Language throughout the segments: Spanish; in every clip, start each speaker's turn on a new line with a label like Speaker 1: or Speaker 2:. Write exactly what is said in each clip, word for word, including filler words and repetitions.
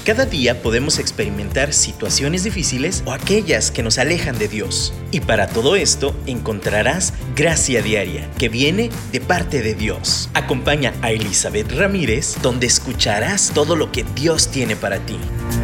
Speaker 1: Cada día podemos experimentar situaciones difíciles o aquellas que nos alejan de Dios. Y para todo esto encontrarás gracia diaria que viene de parte de Dios. Acompaña a Elizabeth Ramírez, donde escucharás todo lo que Dios tiene para ti.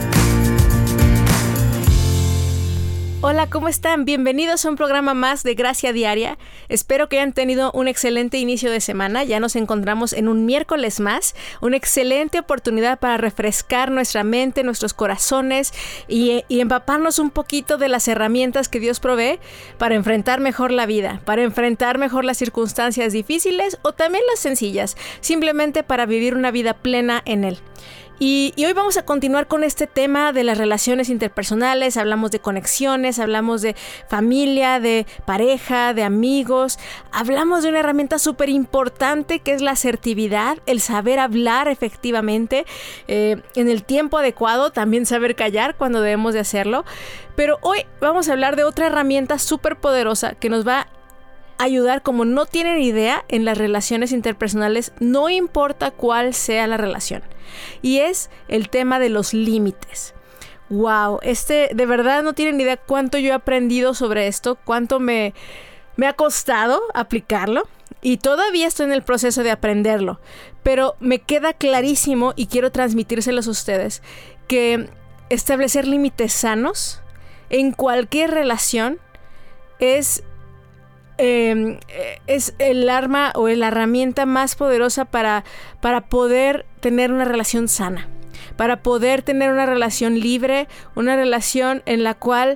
Speaker 2: Hola, ¿cómo están? Bienvenidos a un programa más de Gracia Diaria. Espero que hayan tenido un excelente inicio de semana. Ya nos encontramos en un miércoles más, una excelente oportunidad para refrescar nuestra mente, nuestros corazones y, y empaparnos un poquito de las herramientas que Dios provee para enfrentar mejor la vida, para enfrentar mejor las circunstancias difíciles o también las sencillas, simplemente para vivir una vida plena en Él. Y, y hoy vamos a continuar con este tema de las relaciones interpersonales. Hablamos de conexiones, hablamos de familia, de pareja, de amigos. Hablamos de una herramienta súper importante que es la asertividad, el saber hablar efectivamente eh, en el tiempo adecuado, también saber callar cuando debemos de hacerlo. Pero hoy vamos a hablar de otra herramienta súper poderosa que nos va a ayudar como no tienen idea en las relaciones interpersonales, no importa cuál sea la relación. Y es el tema de los límites. Wow, este de verdad no tienen idea cuánto yo he aprendido sobre esto, cuánto me, me ha costado aplicarlo. Y todavía estoy en el proceso de aprenderlo. Pero me queda clarísimo y quiero transmitírselos a ustedes que establecer límites sanos en cualquier relación es Eh, es el arma o la herramienta más poderosa para, para poder tener una relación sana, para poder tener una relación libre, una relación en la cual,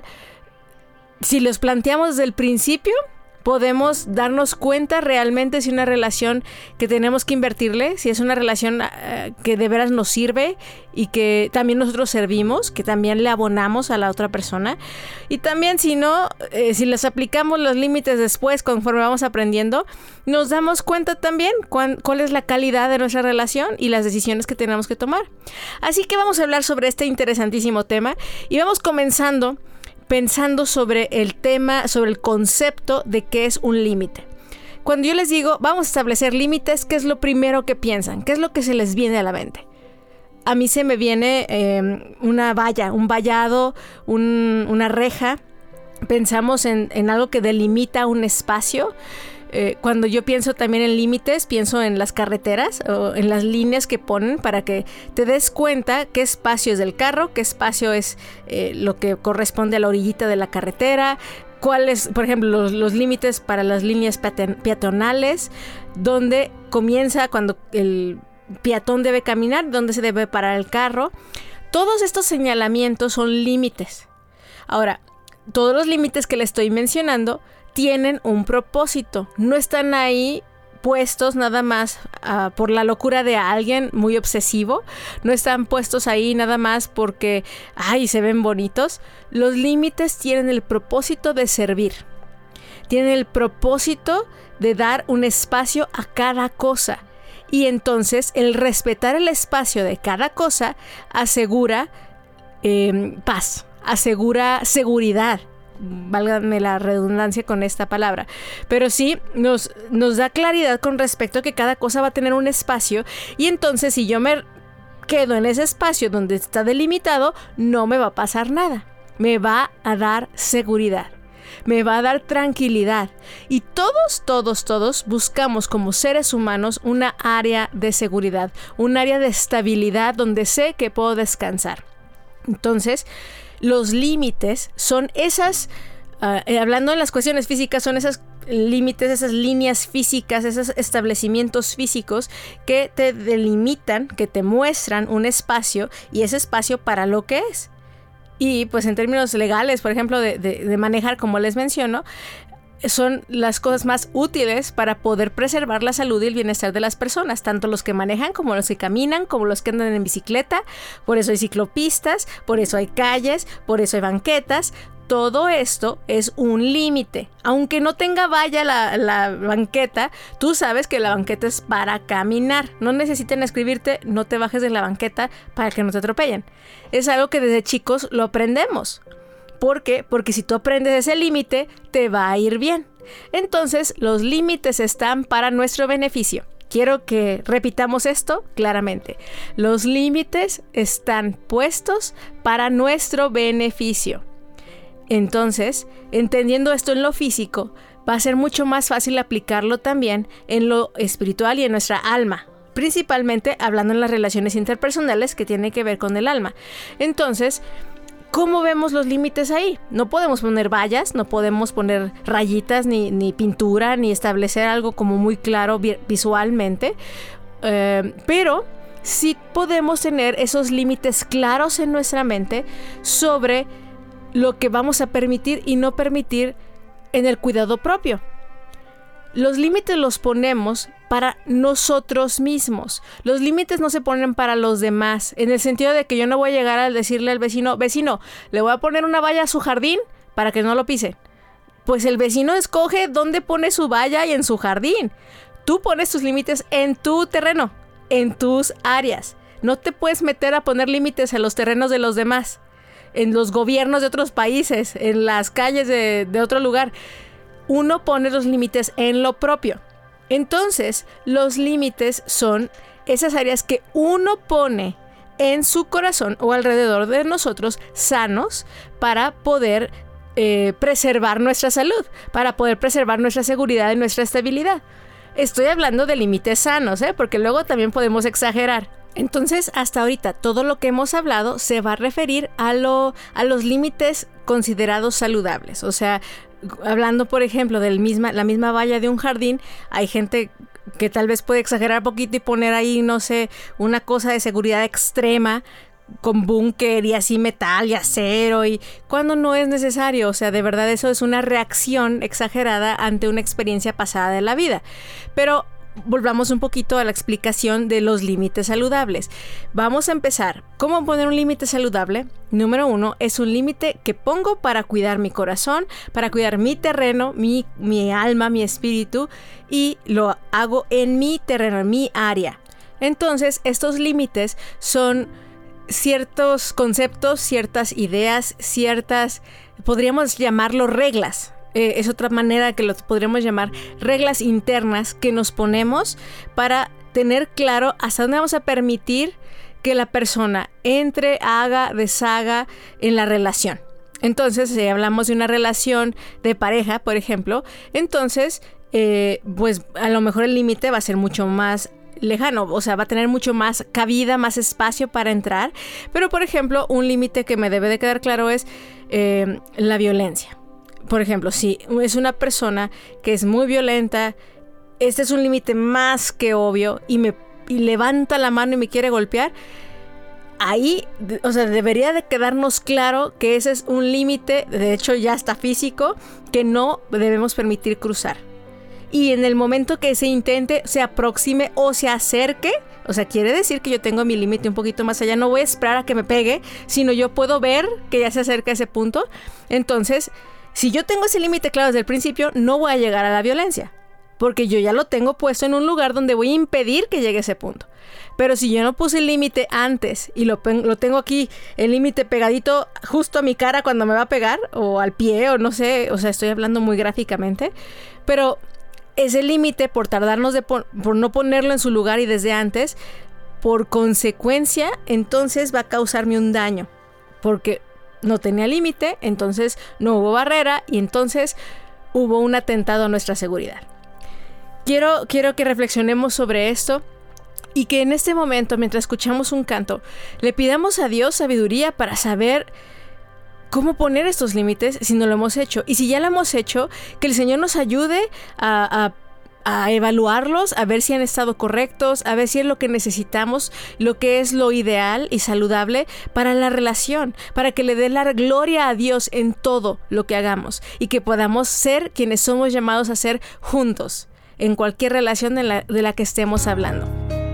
Speaker 2: si los planteamos desde el principio, podemos darnos cuenta realmente si una relación que tenemos que invertirle, si es una relación uh, que de veras nos sirve y que también nosotros servimos, que también le abonamos a la otra persona. Y también si no, eh, si les aplicamos los límites después conforme vamos aprendiendo, nos damos cuenta también cuán, cuál es la calidad de nuestra relación y las decisiones que tenemos que tomar. Así que vamos a hablar sobre este interesantísimo tema y vamos comenzando pensando sobre el tema, sobre el concepto de qué es un límite. Cuando yo les digo, vamos a establecer límites, ¿qué es lo primero que piensan? ¿Qué es lo que se les viene a la mente? A mí se me viene eh, una valla, un vallado, un, una reja. Pensamos en, en algo que delimita un espacio. Eh, cuando yo pienso también en límites, pienso en las carreteras o en las líneas que ponen para que te des cuenta qué espacio es del carro, qué espacio es eh, lo que corresponde a la orillita de la carretera, cuáles, por ejemplo, los, los límites para las líneas peatonales, dónde comienza cuando el peatón debe caminar, dónde se debe parar el carro. Todos estos señalamientos son límites. Ahora, todos los límites que le estoy mencionando tienen un propósito, no están ahí puestos nada más uh, por la locura de alguien muy obsesivo, no están puestos ahí nada más porque, ay, se ven bonitos. Los límites tienen el propósito de servir, tienen el propósito de dar un espacio a cada cosa. Y entonces el respetar el espacio de cada cosa asegura eh, paz, asegura seguridad. Válgame la redundancia con esta palabra, pero sí nos, nos da claridad con respecto a que cada cosa va a tener un espacio y entonces si yo me quedo en ese espacio donde está delimitado, no me va a pasar nada, me va a dar seguridad, me va a dar tranquilidad y todos, todos, todos buscamos como seres humanos una área de seguridad, un área de estabilidad donde sé que puedo descansar. Entonces, los límites son esas, uh, eh, hablando en las cuestiones físicas, son esos límites, esas líneas físicas, esos establecimientos físicos que te delimitan, que te muestran un espacio y ese espacio para lo que es. Y pues en términos legales, por ejemplo, de, de, de manejar, como les menciono, son las cosas más útiles para poder preservar la salud y el bienestar de las personas, tanto los que manejan como los que caminan, como los que andan en bicicleta. Por eso hay ciclopistas, por eso hay calles, por eso hay banquetas. Todo esto es un límite. Aunque no tenga valla la, la banqueta, tú sabes que la banqueta es para caminar. No necesitan escribirte, no te bajes de la banqueta para que no te atropellen. Es algo que desde chicos lo aprendemos. ¿Por qué? Porque si tú aprendes ese límite, te va a ir bien. Entonces, los límites están para nuestro beneficio. quiero que repitamos esto claramente. Los límites están puestos para nuestro beneficio. Entonces, entendiendo esto en lo físico, va a ser mucho más fácil aplicarlo también en lo espiritual y en nuestra alma. Principalmente hablando en las relaciones interpersonales que tienen que ver con el alma. Entonces, ¿cómo vemos los límites ahí? No podemos poner vallas, no podemos poner rayitas, ni, ni pintura, ni establecer algo como muy claro vi- visualmente. Eh, pero sí podemos tener esos límites claros en nuestra mente sobre lo que vamos a permitir y no permitir en el cuidado propio. Los límites los ponemos para nosotros mismos. Los límites no se ponen para los demás, en el sentido de que yo no voy a llegar a decirle al vecino, vecino, le voy a poner una valla a su jardín para que no lo pise. Pues el vecino escoge dónde pone su valla y en su jardín. Tú pones tus límites en tu terreno, en tus áreas. No te puedes meter a poner límites en los terrenos de los demás, en los gobiernos de otros países, en las calles de, de otro lugar. Uno pone los límites en lo propio. Entonces, los límites son esas áreas que uno pone en su corazón o alrededor de nosotros sanos para poder eh, preservar nuestra salud, para poder preservar nuestra seguridad y nuestra estabilidad. Estoy hablando de límites sanos, ¿eh? Porque luego también podemos exagerar. Entonces, hasta ahorita, todo lo que hemos hablado se va a referir a, lo, a los límites considerados saludables. O sea, hablando, por ejemplo, de misma, la misma valla de un jardín, hay gente que tal vez puede exagerar un poquito y poner ahí, no sé, una cosa de seguridad extrema con búnker y así metal y acero, y cuando no es necesario. O sea, de verdad eso es una reacción exagerada ante una experiencia pasada de la vida. Pero volvamos un poquito a la explicación de los límites saludables. Vamos a empezar. ¿Cómo poner un límite saludable? Número uno, es un límite que pongo para cuidar mi corazón, para cuidar mi terreno, mi, mi alma, mi espíritu, y lo hago en mi terreno, en mi área. Entonces, estos límites son ciertos conceptos, ciertas ideas, ciertas, podríamos llamarlo reglas. Eh, es otra manera que lo podríamos llamar reglas internas que nos ponemos para tener claro hasta dónde vamos a permitir que la persona entre, haga, deshaga en la relación. Entonces, si hablamos de una relación de pareja, por ejemplo, entonces, eh, pues a lo mejor el límite va a ser mucho más lejano, o sea, va a tener mucho más cabida, más espacio para entrar. Pero, por ejemplo, un límite que me debe de quedar claro es eh, la violencia. Por ejemplo, si es una persona que es muy violenta, este es un límite más que obvio y me y levanta la mano y me quiere golpear, ahí, o sea, debería de quedarnos claro que ese es un límite, de hecho ya está físico, que no debemos permitir cruzar. Y en el momento que se intente, se aproxime o se acerque, o sea, quiere decir que yo tengo mi límite un poquito más allá, no voy a esperar a que me pegue, sino yo puedo ver que ya se acerca a ese punto. Entonces, si yo tengo ese límite claro desde el principio, no voy a llegar a la violencia, porque yo ya lo tengo puesto en un lugar donde voy a impedir que llegue a ese punto. Pero si yo no puse el límite antes y lo, lo tengo aquí, el límite pegadito justo a mi cara cuando me va a pegar, o al pie, o no sé, o sea, estoy hablando muy gráficamente, pero ese límite, por tardarnos de por, por no ponerlo en su lugar y desde antes, por consecuencia, entonces va a causarme un daño, porque no tenía límite, entonces no hubo barrera y entonces hubo un atentado a nuestra seguridad. Quiero, quiero que reflexionemos sobre esto y que en este momento, mientras escuchamos un canto, le pidamos a Dios sabiduría para saber cómo poner estos límites si no lo hemos hecho. Y si ya lo hemos hecho, que el Señor nos ayude a, a a evaluarlos, a ver si han estado correctos, a ver si es lo que necesitamos, lo que es lo ideal y saludable para la relación, para que le dé la gloria a Dios en todo lo que hagamos y que podamos ser quienes somos llamados a ser juntos en cualquier relación de la, de la que estemos hablando.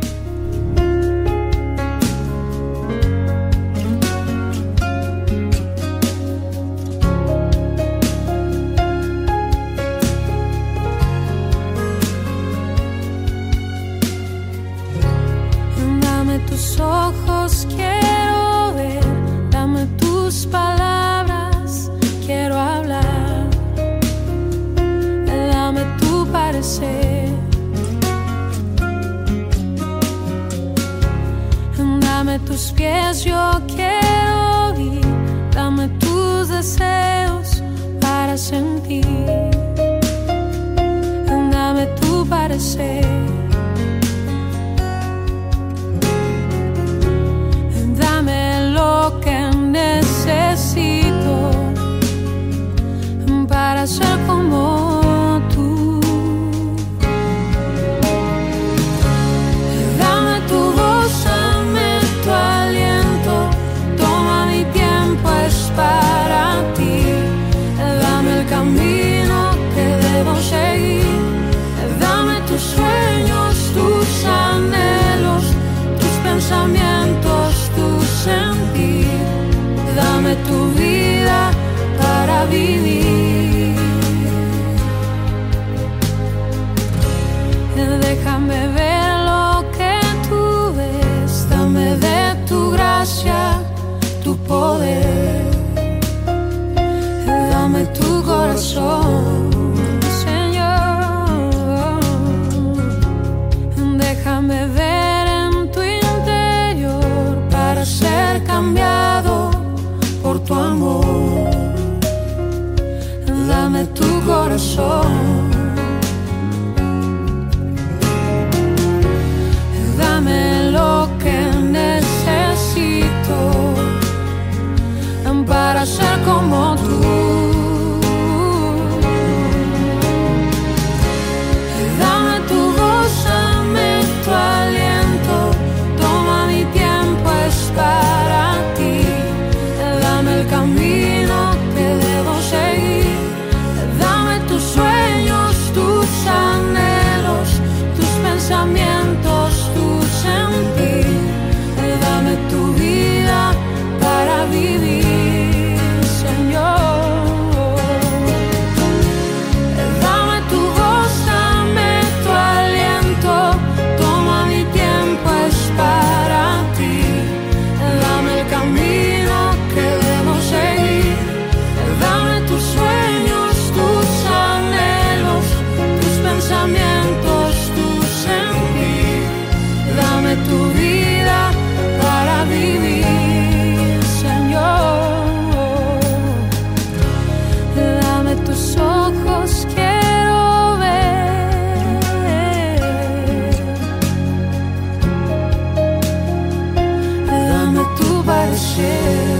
Speaker 3: Tus ojos quiero ver, dame tus palabras, quiero hablar, dame tu parecer. tus pies yo quiero ir, dame tus deseos para sentir, dame tu parecer, dame lo que necesito para ser como tú. Dame tu voz, dame tu aliento, toma mi tiempo, es para ti. Dame el camino que debo seguir, dame tus sueños, tus anhelos, tus pensamientos, tu sentir, dame tu vida para vivir. Déjame ver lo que tú ves, dame de tu gracia, tu poder, dame tu corazón, Señor. Déjame ver en tu interior para ser cambiado por tu amor, dame tu corazón. Dame lo que necesito para ser como tú. Dame tu voz, dame tu aliento, toma mi tiempo, es para ti. Dame el camino que debo seguir, dame tus sueños, tus anhelos, tus pensamientos, tu sentir, dame tu vida para vivir, Señor. Dame tu voz, dame tu aliento, toma mi tiempo, es para ti. Dame el camino que debo seguir, dame tus sueños, tus anhelos, tus pensamientos, tu sentir, dame tu vida para vivir, Señor. Dame tus ojos, quiero ver, dame tu parecer.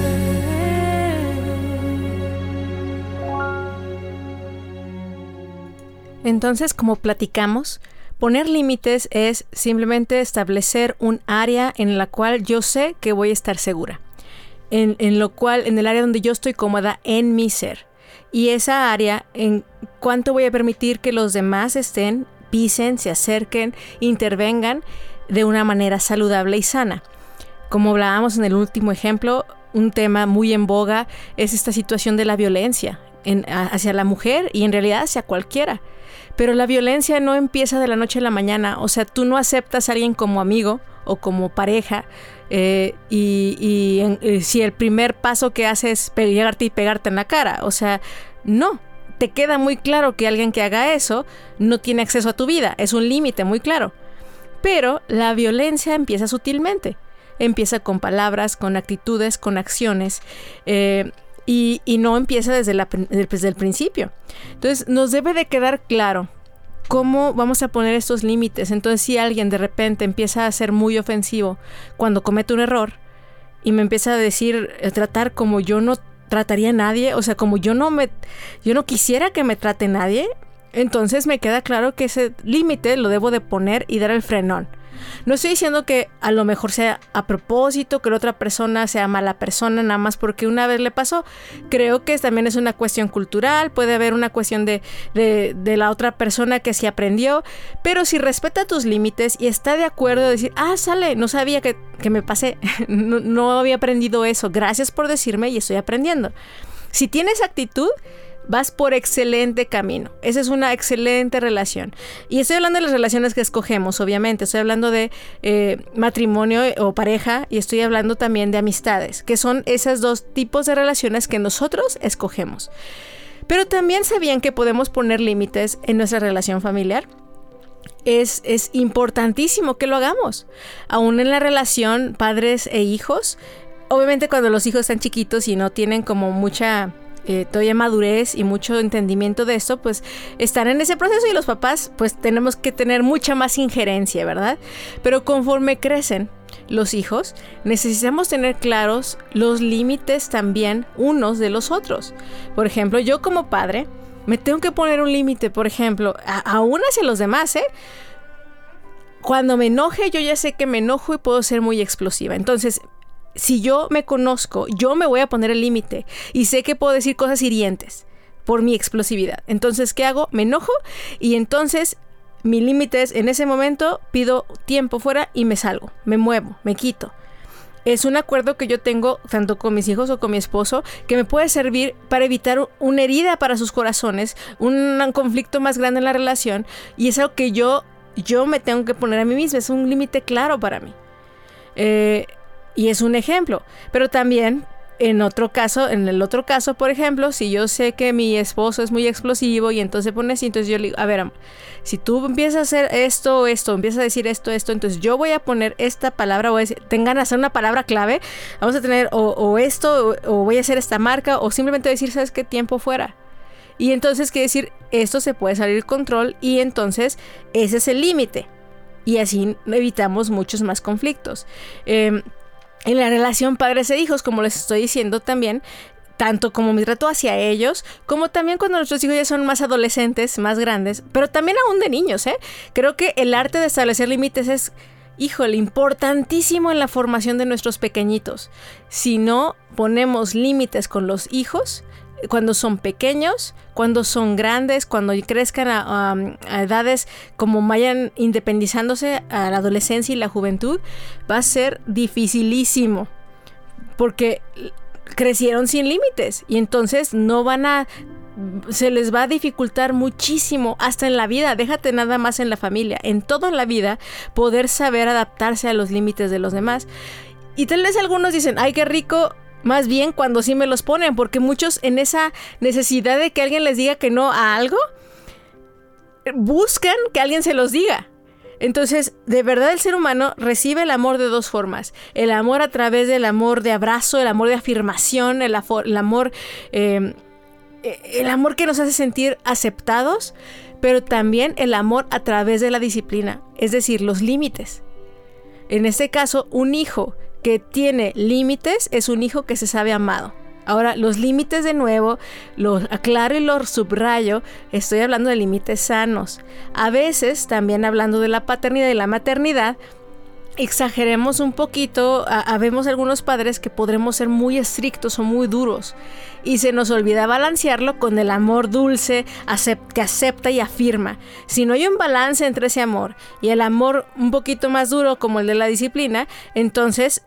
Speaker 2: Entonces, como platicamos, poner límites es simplemente establecer un área en la cual yo sé que voy a estar segura, en, en lo cual, en el área donde yo estoy cómoda en mi ser. Y esa área, en cuánto voy a permitir que los demás estén, pisen, se acerquen, intervengan de una manera saludable y sana. Como hablábamos en el último ejemplo, un tema muy en boga es esta situación de la violencia en, hacia la mujer y en realidad hacia cualquiera. Pero la violencia no empieza de la noche a la mañana. O sea, tú no aceptas a alguien como amigo o como pareja eh, y, y, y si el primer paso que haces es llegarte y pegarte en la cara. O sea, no. Te queda muy claro que alguien que haga eso no tiene acceso a tu vida. Es un límite muy claro. Pero la violencia empieza sutilmente. Empieza con palabras, con actitudes, con acciones. Eh, Y, y no empieza desde, la, desde el principio. Entonces nos debe de quedar claro cómo vamos a poner estos límites. Entonces si alguien de repente empieza a ser muy ofensivo cuando comete un error y me empieza a decir, a tratar como yo no trataría a nadie, o sea, como yo no me, yo no quisiera que me trate nadie, entonces me queda claro que ese límite lo debo de poner y dar el frenón. No estoy diciendo que a lo mejor sea a propósito, que la otra persona sea mala persona, nada más porque una vez le pasó. Creo que también es una cuestión cultural, puede haber una cuestión de, de, de la otra persona que sí aprendió, pero si respeta tus límites y está de acuerdo de decir, ah, sale, no sabía que, que me pasé, no, no había aprendido eso, gracias por decirme y estoy aprendiendo. Si tienes actitud, vas por excelente camino. Esa es una excelente relación. Y estoy hablando de las relaciones que escogemos, obviamente. Estoy hablando de eh, matrimonio o pareja y estoy hablando también de amistades, que son esos dos tipos de relaciones que nosotros escogemos. Pero también sabían que podemos poner límites en nuestra relación familiar. es, es importantísimo que lo hagamos. Aún en la relación padres e hijos, obviamente cuando los hijos están chiquitos y no tienen como mucha eh, todavía madurez y mucho entendimiento de esto, pues están en ese proceso y los papás pues tenemos que tener mucha más injerencia, ¿verdad? Pero conforme crecen los hijos, necesitamos tener claros los límites también unos de los otros. Por ejemplo, yo como padre me tengo que poner un límite, por ejemplo, a, aún hacia los demás, ¿eh? Cuando me enoje, yo ya sé que me enojo y puedo ser muy explosiva. Entonces, si yo me conozco, yo me voy a poner el límite y sé que puedo decir cosas hirientes por mi explosividad. Entonces, ¿qué hago? Me enojo y entonces mi límite es, en ese momento pido tiempo fuera y me salgo, me muevo, me quito. Es un acuerdo que yo tengo tanto con mis hijos o con mi esposo que me puede servir para evitar una herida para sus corazones, un conflicto más grande en la relación, y es algo que yo, yo me tengo que poner a mí misma, es un límite claro para mí. Eh... Y es un ejemplo, pero también en otro caso, en el otro caso, por ejemplo, si yo sé que mi esposo es muy explosivo y entonces pone así, entonces yo le digo, a ver, amor, si tú empiezas a hacer esto o esto, empiezas a decir esto, esto, entonces yo voy a poner esta palabra, voy a decir, tengan a hacer una palabra clave, vamos a tener o, o esto, o, o voy a hacer esta marca, o simplemente decir, ¿sabes qué? Tiempo fuera. Y entonces quiere decir, esto se puede salir de control y entonces ese es el límite. Y así evitamos muchos más conflictos. Eh, En la relación padres e hijos, como les estoy diciendo también, tanto como mi trato hacia ellos, como también cuando nuestros hijos ya son más adolescentes, más grandes, pero también aún de niños, ¿eh? Creo que el arte de establecer límites es, híjole, importantísimo en la formación de nuestros pequeñitos. Si no ponemos límites con los hijos, cuando son pequeños, cuando son grandes, cuando crezcan a, a, a edades como vayan independizándose a la adolescencia y la juventud, va a ser dificilísimo porque crecieron sin límites y entonces no van a, se les va a dificultar muchísimo hasta en la vida, déjate nada más en la familia, en toda la vida poder saber adaptarse a los límites de los demás. Y tal vez algunos dicen, ay, qué rico. Más bien cuando sí me los ponen, porque muchos en esa necesidad de que alguien les diga que no a algo, buscan que alguien se los diga. Entonces, de verdad el ser humano recibe el amor de dos formas. El amor a través del amor de abrazo, el amor de afirmación, el, afor- el amor... Eh, el amor que nos hace sentir aceptados, pero también el amor a través de la disciplina, es decir, los límites. En este caso, un hijo que tiene límites es un hijo que se sabe amado. Ahora, los límites de nuevo, los aclaro y los subrayo, estoy hablando de límites sanos. A veces, también hablando de la paternidad y la maternidad, exageremos un poquito, habemos algunos padres que podremos ser muy estrictos o muy duros y se nos olvida balancearlo con el amor dulce acept- que acepta y afirma. Si no hay un balance entre ese amor y el amor un poquito más duro como el de la disciplina, entonces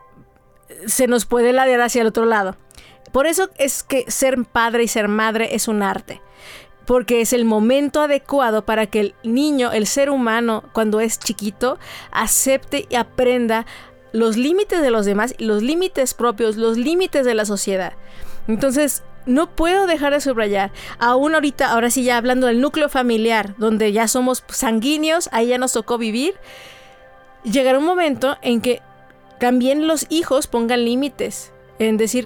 Speaker 2: se nos puede ladear hacia el otro lado. Por eso es que ser padre y ser madre es un arte. Porque es el momento adecuado para que el niño, el ser humano, cuando es chiquito, acepte y aprenda los límites de los demás, los límites propios, los límites de la sociedad. Entonces, no puedo dejar de subrayar, aún ahorita, ahora sí ya hablando del núcleo familiar, donde ya somos sanguíneos, ahí ya nos tocó vivir, llegará un momento en que también los hijos pongan límites, en decir,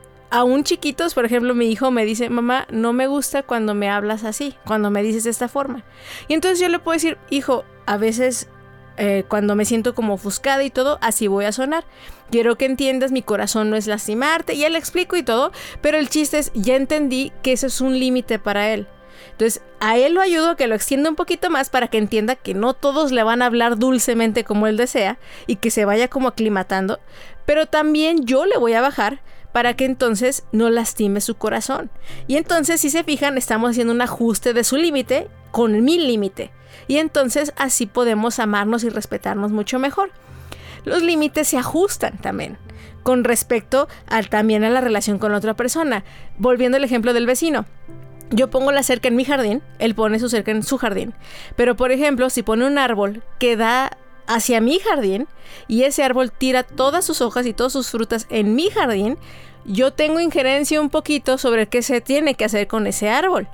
Speaker 2: aún chiquitos, por ejemplo, mi hijo me dice, mamá, no me gusta cuando me hablas así, cuando me dices de esta forma. Y entonces yo le puedo decir, hijo, a veces eh, cuando me siento como ofuscada y todo, así voy a sonar. Quiero que entiendas, mi corazón no es lastimarte, y ya le explico y todo, pero el chiste es, ya entendí que eso es un límite para él. Entonces, a él lo ayudo a que lo extienda un poquito más para que entienda que no todos le van a hablar dulcemente como él desea y que se vaya como aclimatando, pero también yo le voy a bajar para que entonces no lastime su corazón. Y entonces, si se fijan, estamos haciendo un ajuste de su límite con mi límite. Y entonces así podemos amarnos y respetarnos mucho mejor. Los límites se ajustan también con respecto a, también a la relación con otra persona. Volviendo al ejemplo del vecino. Yo pongo la cerca en mi jardín, él pone su cerca en su jardín. Pero, por ejemplo, si pone un árbol que da hacia mi jardín y ese árbol tira todas sus hojas y todas sus frutas en mi jardín, yo tengo injerencia un poquito sobre qué se tiene que hacer con ese árbol.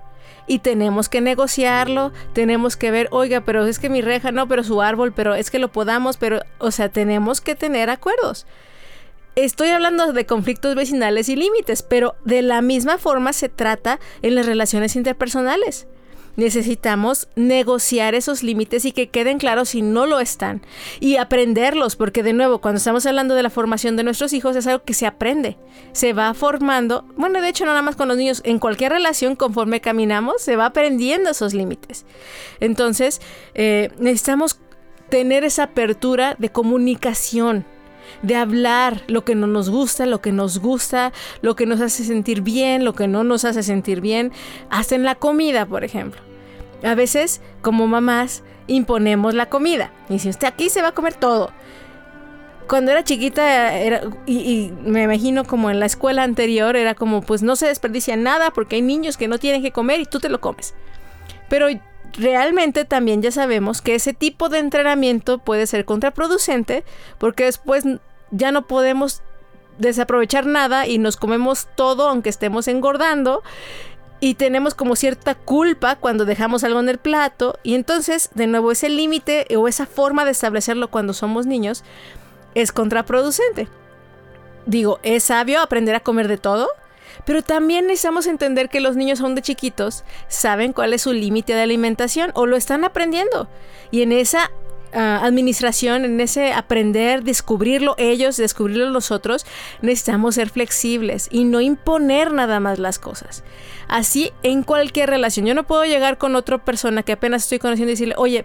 Speaker 2: y tenemos que negociarlo, tenemos que ver, oiga, pero es que mi reja, no, pero su árbol, pero es que lo podamos, pero, o sea, tenemos que tener acuerdos. Estoy hablando de conflictos vecinales y límites, pero de la misma forma se trata en las relaciones interpersonales. Necesitamos negociar esos límites y que queden claros si no lo están. Y aprenderlos, porque de nuevo, cuando estamos hablando de la formación de nuestros hijos, es algo que se aprende. Se va formando, bueno, de hecho no nada más con los niños, en cualquier relación conforme caminamos, se va aprendiendo esos límites. Entonces, eh, necesitamos tener esa apertura de comunicación, de hablar lo que no nos gusta, lo que nos gusta, lo que nos hace sentir bien, lo que no nos hace sentir bien, hasta en la comida, por ejemplo. A veces, como mamás, imponemos la comida. Y dice, usted aquí se va a comer todo. Cuando era chiquita, era, y, y me imagino como en la escuela anterior, era como, pues no se desperdicia nada porque hay niños que no tienen que comer y tú te lo comes. Pero realmente también ya sabemos que ese tipo de entrenamiento puede ser contraproducente porque después ya no podemos desaprovechar nada y nos comemos todo aunque estemos engordando y tenemos como cierta culpa cuando dejamos algo en el plato y entonces de nuevo ese límite o esa forma de establecerlo cuando somos niños es contraproducente. Digo, es sabio aprender a comer de todo, pero también necesitamos entender que los niños aún de chiquitos saben cuál es su límite de alimentación o lo están aprendiendo. Y en esa uh, administración, en ese aprender, descubrirlo ellos, descubrirlo nosotros, necesitamos ser flexibles y no imponer nada más las cosas. Así en cualquier relación. Yo no puedo llegar con otra persona que apenas estoy conociendo y decirle, oye,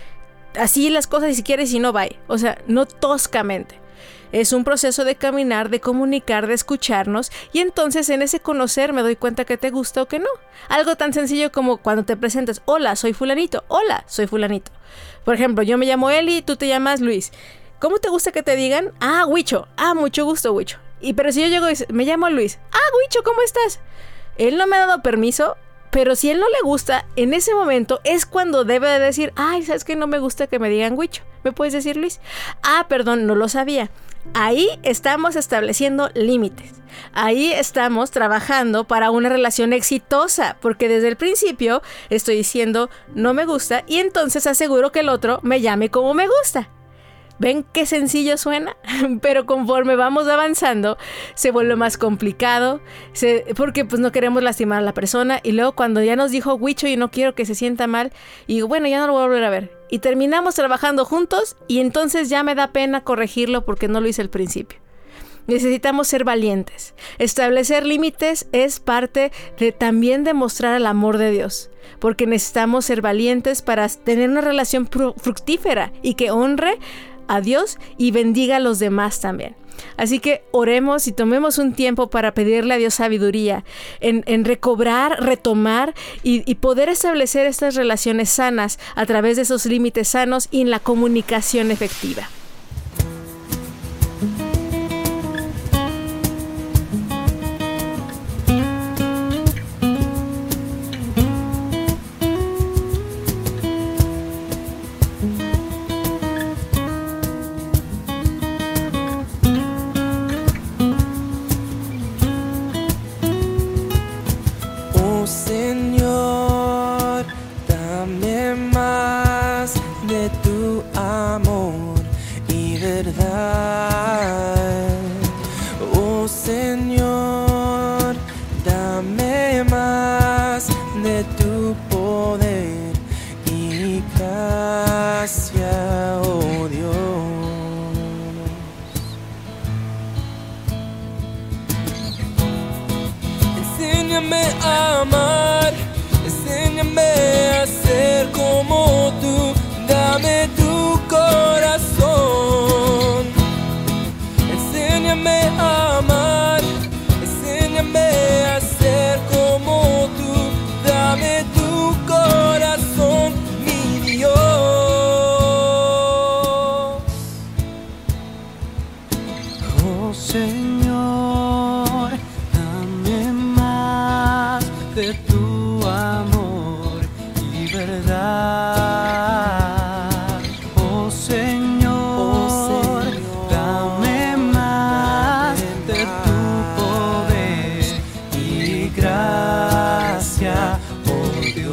Speaker 2: así las cosas y si quieres y no, bye. O sea, no toscamente. Es un proceso de caminar, de comunicar, de escucharnos y entonces en ese conocer me doy cuenta que te gusta o que no. Algo tan sencillo como cuando te presentas, hola, soy fulanito, hola, soy fulanito. Por ejemplo, yo me llamo Eli, tú te llamas Luis. ¿Cómo te gusta que te digan? Ah, Huicho, ah, mucho gusto, Huicho. Y pero si yo llego y digo, me llamo Luis, ah, Huicho, ¿cómo estás? Él no me ha dado permiso, pero si él no le gusta, en ese momento es cuando debe de decir, ay, ¿sabes qué? No me gusta que me digan Huicho. ¿Me puedes decir Luis? Ah, perdón, no lo sabía. Ahí estamos estableciendo límites. Ahí estamos trabajando para una relación exitosa, porque desde el principio estoy diciendo no me gusta y entonces aseguro que el otro me llame como me gusta. ¿Ven qué sencillo suena? Pero conforme vamos avanzando se vuelve más complicado, se, porque pues no queremos lastimar a la persona y luego cuando ya nos dijo Huicho y no quiero que se sienta mal, y digo, bueno, ya no lo voy a volver a ver. Y terminamos trabajando juntos y entonces ya me da pena corregirlo porque no lo hice al principio. Necesitamos ser valientes. Establecer límites es parte de también demostrar el amor de Dios, porque necesitamos ser valientes para tener una relación fructífera y que honre a Dios y bendiga a los demás también. Así que oremos y tomemos un tiempo para pedirle a Dios sabiduría en, en recobrar, retomar y, y poder establecer estas relaciones sanas a través de esos límites sanos y en la comunicación efectiva.
Speaker 4: Enséñame a amar, enséñame a ser como tú, dame tu corazón. Enséñame a amar, enséñame a ser como tú, dame tu corazón, mi Dios.
Speaker 5: Oh Señor, dame más de tu amor y verdad. Oh Señor, oh Señor, dame más de tu poder y gracia, oh Dios.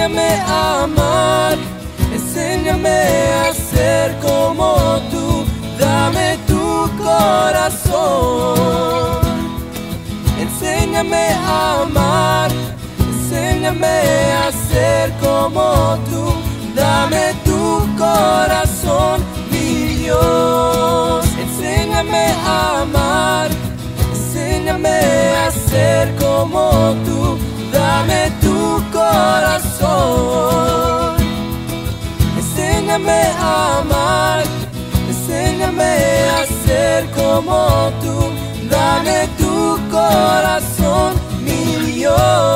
Speaker 4: enséñame a amar, enséñame a ser como tú, dame tu corazón. Enséñame a amar, enséñame a ser como tú, dame tu corazón, mi Dios. Enséñame a amar, enséñame a ser como tú, dame tu corazón. Enséñame a amar, enséñame a ser como tú, dame tu corazón, mi Dios.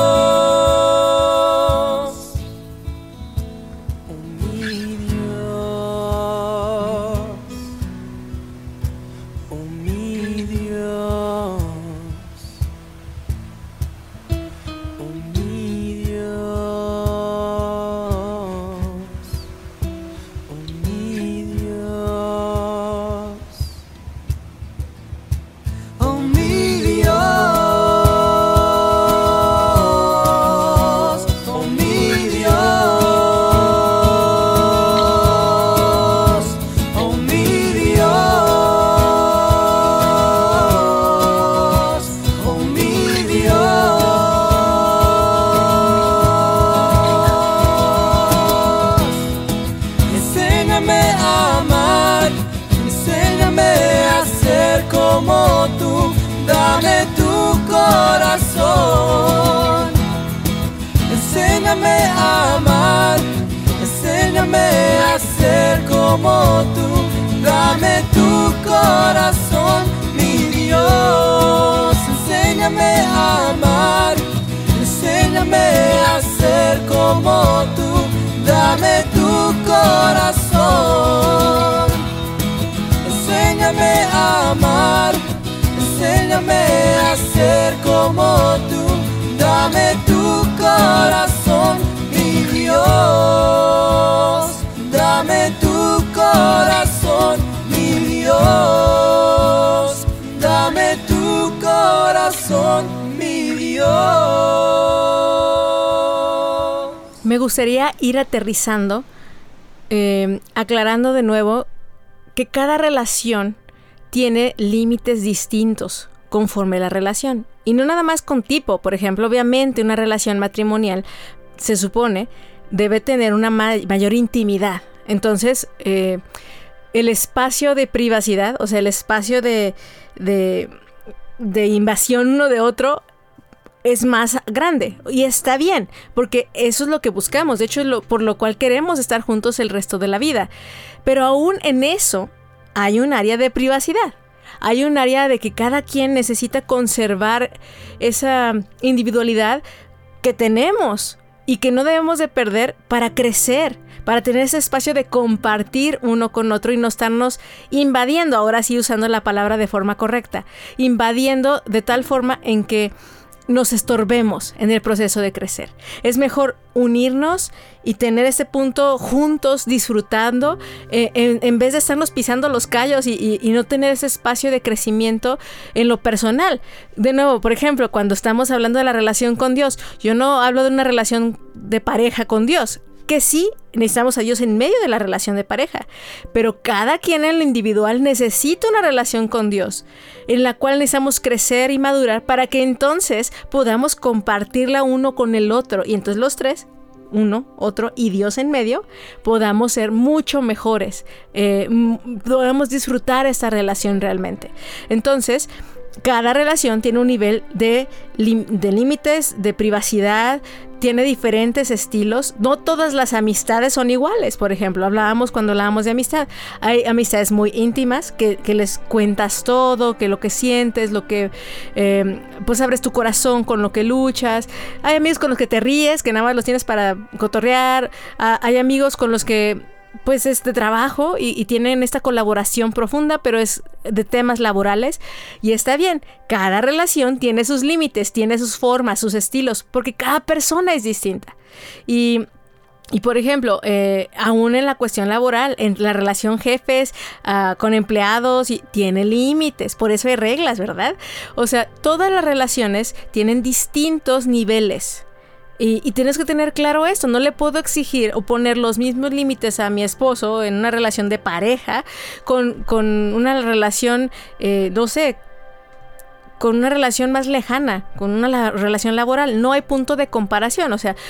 Speaker 4: Oh, mi Dios. Oh, mi Dios. Oh, mi Dios. Oh, mi Dios. Oh, mi Dios. Oh, mi Dios. Oh, mi Dios. Oh, mi Dios. Enséñame a amar, enséñame a ser como tú, dame tu corazón. Enséñame a amar, enséñame a ser como tú, dame tu corazón, mi Dios. Enséñame a amar, enséñame a ser como tú, dame tu corazón. Enséñame a amar, enséñame a ser como tú, dame tu corazón, mi Dios. Dame tu corazón, mi Dios. Dame tu corazón, mi Dios.
Speaker 2: Me gustaría ir aterrizando, eh, aclarando de nuevo que cada relación tiene límites distintos conforme la relación. Y no nada más con tipo. Por ejemplo, obviamente una relación matrimonial se supone debe tener una ma- mayor intimidad. Entonces, eh, el espacio de privacidad, o sea, el espacio de, de, de invasión uno de otro es más grande. Y está bien, porque eso es lo que buscamos. De hecho, es lo, por lo cual queremos estar juntos el resto de la vida. Pero aún en eso hay un área de privacidad. Hay un área de que cada quien necesita conservar esa individualidad que tenemos y que no debemos de perder para crecer, para tener ese espacio de compartir uno con otro y no estarnos invadiendo, ahora sí usando la palabra de forma correcta, invadiendo de tal forma en que nos estorbemos en el proceso de crecer. Es mejor unirnos y tener ese punto juntos, disfrutando, eh, en, en vez de estarnos pisando los callos y, y, y no tener ese espacio de crecimiento en lo personal. De nuevo, por ejemplo, cuando estamos hablando de la relación con Dios, yo no hablo de una relación de pareja con Dios, que sí necesitamos a Dios en medio de la relación de pareja, pero cada quien en lo individual necesita una relación con Dios, en la cual necesitamos crecer y madurar para que entonces podamos compartirla uno con el otro, y entonces los tres, uno, otro y Dios en medio, podamos ser mucho mejores, eh, m- podamos disfrutar esta relación realmente. Entonces, cada relación tiene un nivel de, lim- de límites, de privacidad, tiene diferentes estilos. No todas las amistades son iguales. Por ejemplo, hablábamos cuando hablábamos de amistad. Hay amistades muy íntimas que, que les cuentas todo, que lo que sientes, lo que eh, pues abres tu corazón con lo que luchas. Hay amigos con los que te ríes, que nada más los tienes para cotorrear. Ah, hay amigos con los que pues es de trabajo y, y tienen esta colaboración profunda, pero es de temas laborales, y está bien. Cada relación tiene sus límites, tiene sus formas, sus estilos, porque cada persona es distinta. Y Y por ejemplo, eh, aún en la cuestión laboral, en la relación jefes uh, con empleados, y tiene límites, por eso hay reglas, ¿verdad? O sea, todas las relaciones tienen distintos niveles Y, y tienes que tener claro esto, no le puedo exigir o poner los mismos límites a mi esposo en una relación de pareja con, con una relación, eh, no sé, con una relación más lejana, con una la, relación laboral. No hay punto de comparación, o sea,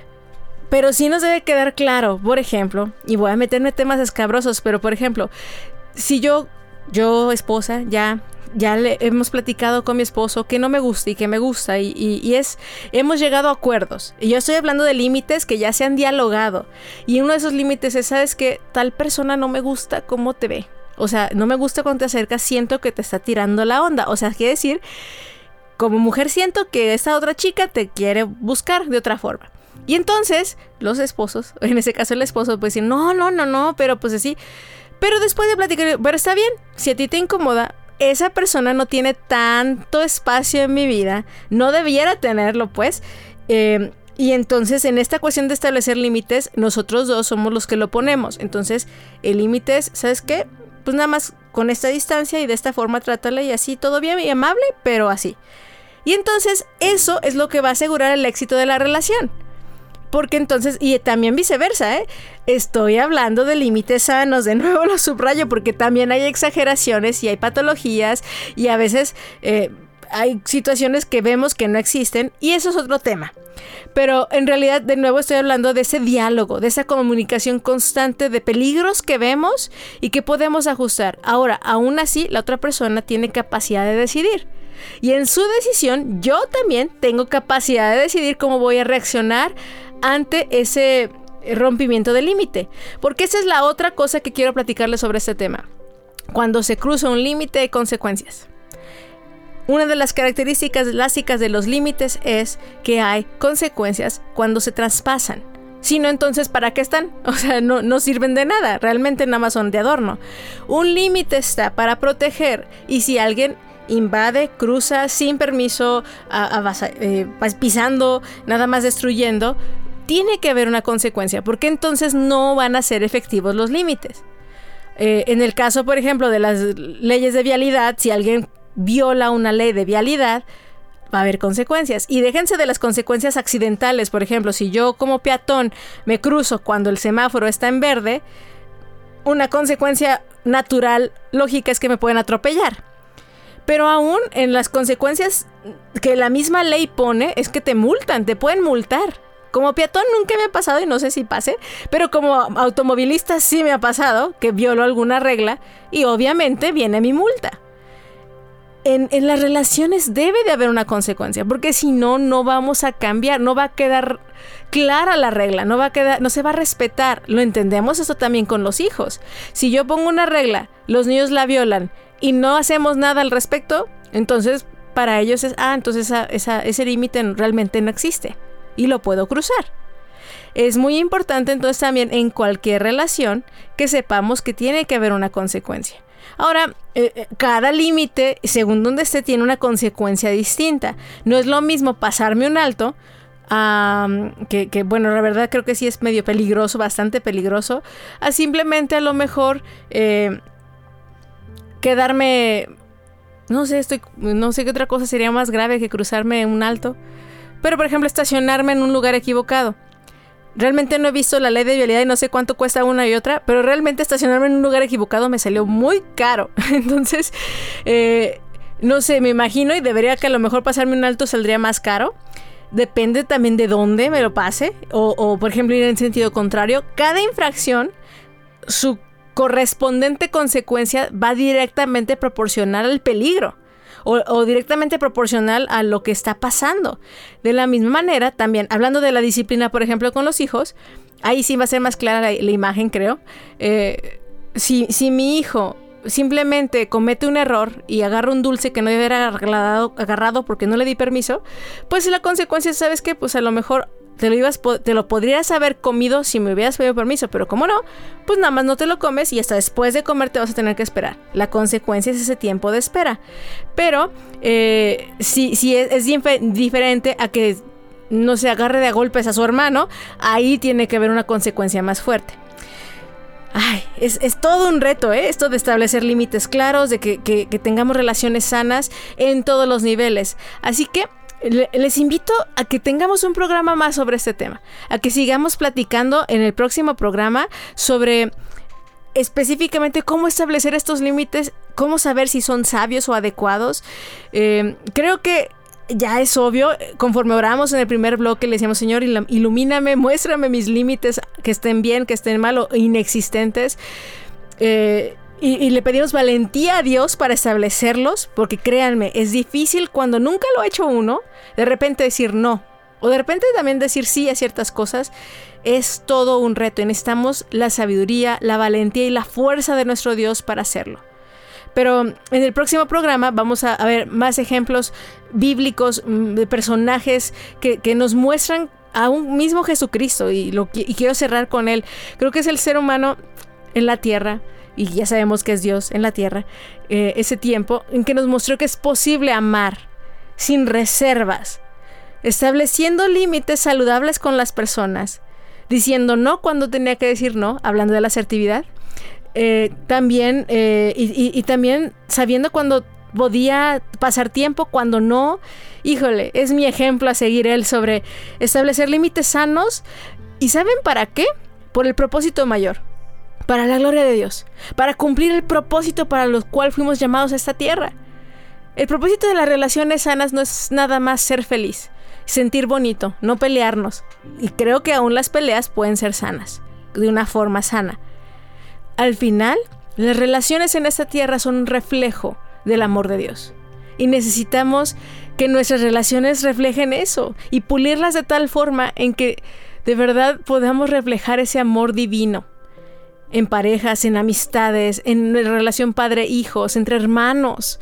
Speaker 2: pero sí nos debe quedar claro, por ejemplo, y voy a meterme temas escabrosos, pero por ejemplo, si yo, yo esposa, ya... Ya le hemos platicado con mi esposo que no me gusta y que me gusta y, y, y es, hemos llegado a acuerdos. Y yo estoy hablando de límites que ya se han dialogado. Y uno de esos límites es, ¿sabes qué? Tal persona no me gusta cómo te ve. O sea, no me gusta cuando te acercas, siento que te está tirando la onda. O sea, quiere decir, como mujer siento que esta otra chica te quiere buscar de otra forma. Y entonces, los esposos, en ese caso el esposo puede decir, no, no, no, no, pero pues así. Pero después de platicar, pero está bien, si a ti te incomoda, esa persona no tiene tanto espacio en mi vida, no debiera tenerlo pues, eh, y entonces en esta cuestión de establecer límites, nosotros dos somos los que lo ponemos. Entonces el límite es, ¿sabes qué? Pues nada más con esta distancia y de esta forma trátala y así, todo bien y amable, pero así. Y entonces eso es lo que va a asegurar el éxito de la relación. Porque entonces, y también viceversa, ¿eh? Estoy hablando de límites sanos, de nuevo lo subrayo, porque también hay exageraciones y hay patologías y a veces eh, hay situaciones que vemos que no existen y eso es otro tema. Pero en realidad, de nuevo, estoy hablando de ese diálogo, de esa comunicación constante de peligros que vemos y que podemos ajustar. Ahora, aún así, la otra persona tiene capacidad de decidir. Y en su decisión, yo también tengo capacidad de decidir cómo voy a reaccionar ante ese rompimiento del límite. Porque esa es la otra cosa que quiero platicarles sobre este tema. Cuando se cruza un límite hay consecuencias. Una de las características básicas de los límites es que hay consecuencias cuando se traspasan. Si no, entonces, ¿para qué están? O sea, no, no sirven de nada. Realmente nada más son de adorno. Un límite está para proteger. Y si alguien invade, cruza sin permiso, a, a, eh, pisando, nada más destruyendo, tiene que haber una consecuencia, porque entonces no van a ser efectivos los límites. Eh, en el caso, por ejemplo, de las leyes de vialidad, si alguien viola una ley de vialidad, va a haber consecuencias. Y déjense de las consecuencias accidentales. Por ejemplo, si yo como peatón me cruzo cuando el semáforo está en verde, una consecuencia natural, lógica, es que me pueden atropellar. Pero aún en las consecuencias que la misma ley pone es que te multan, te pueden multar. Como peatón nunca me ha pasado y no sé si pase, pero como automovilista sí me ha pasado que violo alguna regla y obviamente viene mi multa. En, en las relaciones debe de haber una consecuencia, porque si no, no vamos a cambiar, no va a quedar clara la regla, no va a quedar, no se va a respetar. Lo entendemos eso también con los hijos. Si yo pongo una regla, los niños la violan y no hacemos nada al respecto, entonces para ellos es, ah, entonces esa, esa, ese límite realmente no existe y lo puedo cruzar. Es muy importante entonces también en cualquier relación que sepamos que tiene que haber una consecuencia. Ahora, eh, cada límite, según donde esté, tiene una consecuencia distinta. No es lo mismo pasarme un alto, um, que, que bueno, la verdad creo que sí es medio peligroso, bastante peligroso, a simplemente a lo mejor eh, quedarme, no sé, estoy, no sé qué otra cosa sería más grave que cruzarme un alto. Pero, por ejemplo, estacionarme en un lugar equivocado. Realmente no he visto la ley de vialidad y no sé cuánto cuesta una y otra, pero realmente estacionarme en un lugar equivocado me salió muy caro. Entonces, eh, no sé, me imagino y debería que a lo mejor pasarme un alto saldría más caro. Depende también de dónde me lo pase. O, o por ejemplo, ir en sentido contrario. Cada infracción, su correspondiente consecuencia va directamente proporcional al peligro. O, o directamente proporcional a lo que está pasando. De la misma manera, también, hablando de la disciplina, por ejemplo, con los hijos, ahí sí va a ser más clara la, la imagen, creo. Eh, si, si mi hijo simplemente comete un error y agarra un dulce que no debe haber agarrado, agarrado porque no le di permiso, pues la consecuencia, ¿sabes qué? Pues a lo mejor te lo, ibas, te lo podrías haber comido si me hubieras pedido permiso, pero como no, pues nada más no te lo comes y hasta después de comer te vas a tener que esperar. La consecuencia es ese tiempo de espera. Pero eh, si, si es, es dif- diferente a que no se agarre de a golpes a su hermano, ahí tiene que haber una consecuencia más fuerte. Ay, es, es todo un reto, ¿eh? Esto de establecer límites claros, de que, que, que tengamos relaciones sanas en todos los niveles. Así que les invito a que tengamos un programa más sobre este tema, a que sigamos platicando en el próximo programa sobre específicamente cómo establecer estos límites, cómo saber si son sabios o adecuados. Eh, creo que ya es obvio, conforme oramos en el primer bloque, le decíamos: Señor, ilumíname, muéstrame mis límites, que estén bien, que estén mal o inexistentes. Eh, y, y le pedimos valentía a Dios para establecerlos, porque créanme, es difícil cuando nunca lo ha hecho uno, de repente decir no, o de repente también decir sí a ciertas cosas. Es todo un reto y necesitamos la sabiduría, la valentía y la fuerza de nuestro Dios para hacerlo. Pero en el próximo programa vamos a, a ver más ejemplos bíblicos de personajes que, que nos muestran a un mismo Jesucristo, y, lo, y quiero cerrar con él. Creo que es el ser humano en la tierra, y ya sabemos que es Dios en la tierra, eh, ese tiempo en que nos mostró que es posible amar sin reservas, estableciendo límites saludables con las personas, diciendo no cuando tenía que decir no, hablando de la asertividad, eh, también eh, y, y, y también sabiendo cuando podía pasar tiempo, cuando no. Híjole, es mi ejemplo a seguir él sobre establecer límites sanos. ¿Y saben para qué? Por el propósito mayor, para la gloria de Dios, para cumplir el propósito para lo cual fuimos llamados a esta tierra. El propósito de las relaciones sanas no es nada más ser feliz, sentir bonito, no pelearnos. Y creo que aún las peleas pueden ser sanas, de una forma sana. Al final, las relaciones en esta tierra son un reflejo del amor de Dios. Y necesitamos que nuestras relaciones reflejen eso y pulirlas de tal forma en que de verdad podamos reflejar ese amor divino. En parejas, en amistades, en relación padre-hijos, entre hermanos,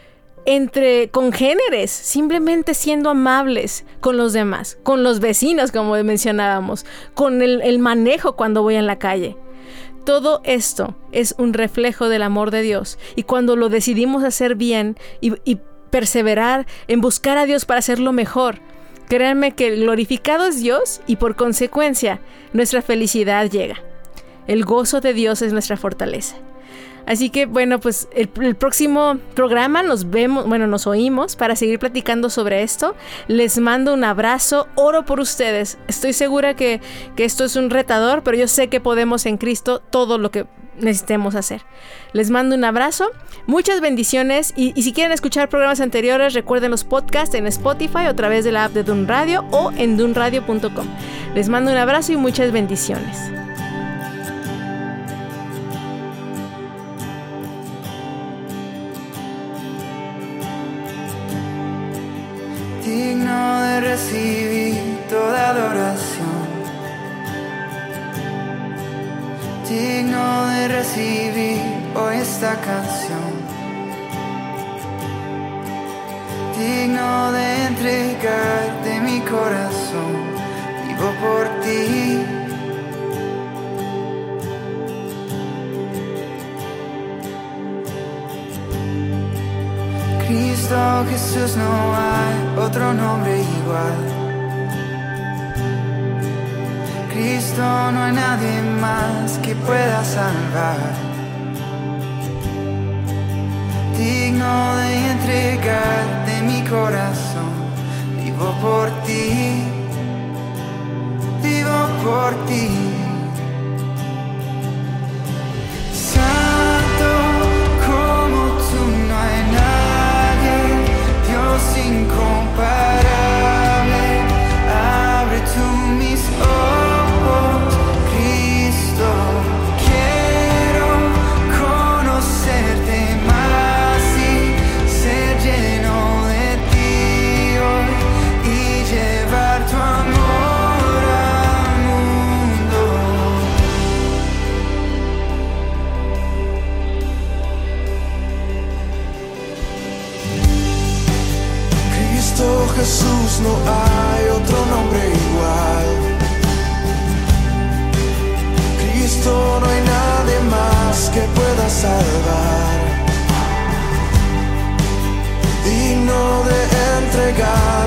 Speaker 2: entre congéneres, simplemente siendo amables con los demás, con los vecinos, como mencionábamos, con el, el manejo cuando voy en la calle. Todo esto es un reflejo del amor de Dios, y cuando lo decidimos hacer bien y, y perseverar en buscar a Dios para hacerlo mejor, créanme que el glorificado es Dios, y por consecuencia nuestra felicidad llega. El gozo de Dios es nuestra fortaleza. Así que bueno, pues el, el próximo programa nos vemos, bueno, nos oímos para seguir platicando sobre esto. Les mando un abrazo, oro por ustedes. Estoy segura que, que esto es un retador, pero yo sé que podemos en Cristo todo lo que necesitemos hacer. Les mando un abrazo, muchas bendiciones, y, y si quieren escuchar programas anteriores, recuerden los podcasts en Spotify o a través de la app de Dun Radio o en dun radio punto com. Les mando un abrazo y muchas bendiciones.
Speaker 6: Digno de recibir toda adoración, digno de recibir hoy esta canción, digno de entregarte mi corazón, vivo por ti. Cristo Jesús, no hay otro nombre igual. Cristo, no hay nadie más que pueda salvar. Digno de entregarte mi corazón, vivo por ti, vivo por ti. Santo como tú no hay nadie, Dios incomparable, abre tú mis ojos, Cristo, quiero conocerte más y ser lleno de ti hoy y llevar tu amor al mundo.
Speaker 4: Cristo Jesús, no hay otro nombre igual. Cristo, no hay nadie más que pueda salvar. Digno de entregar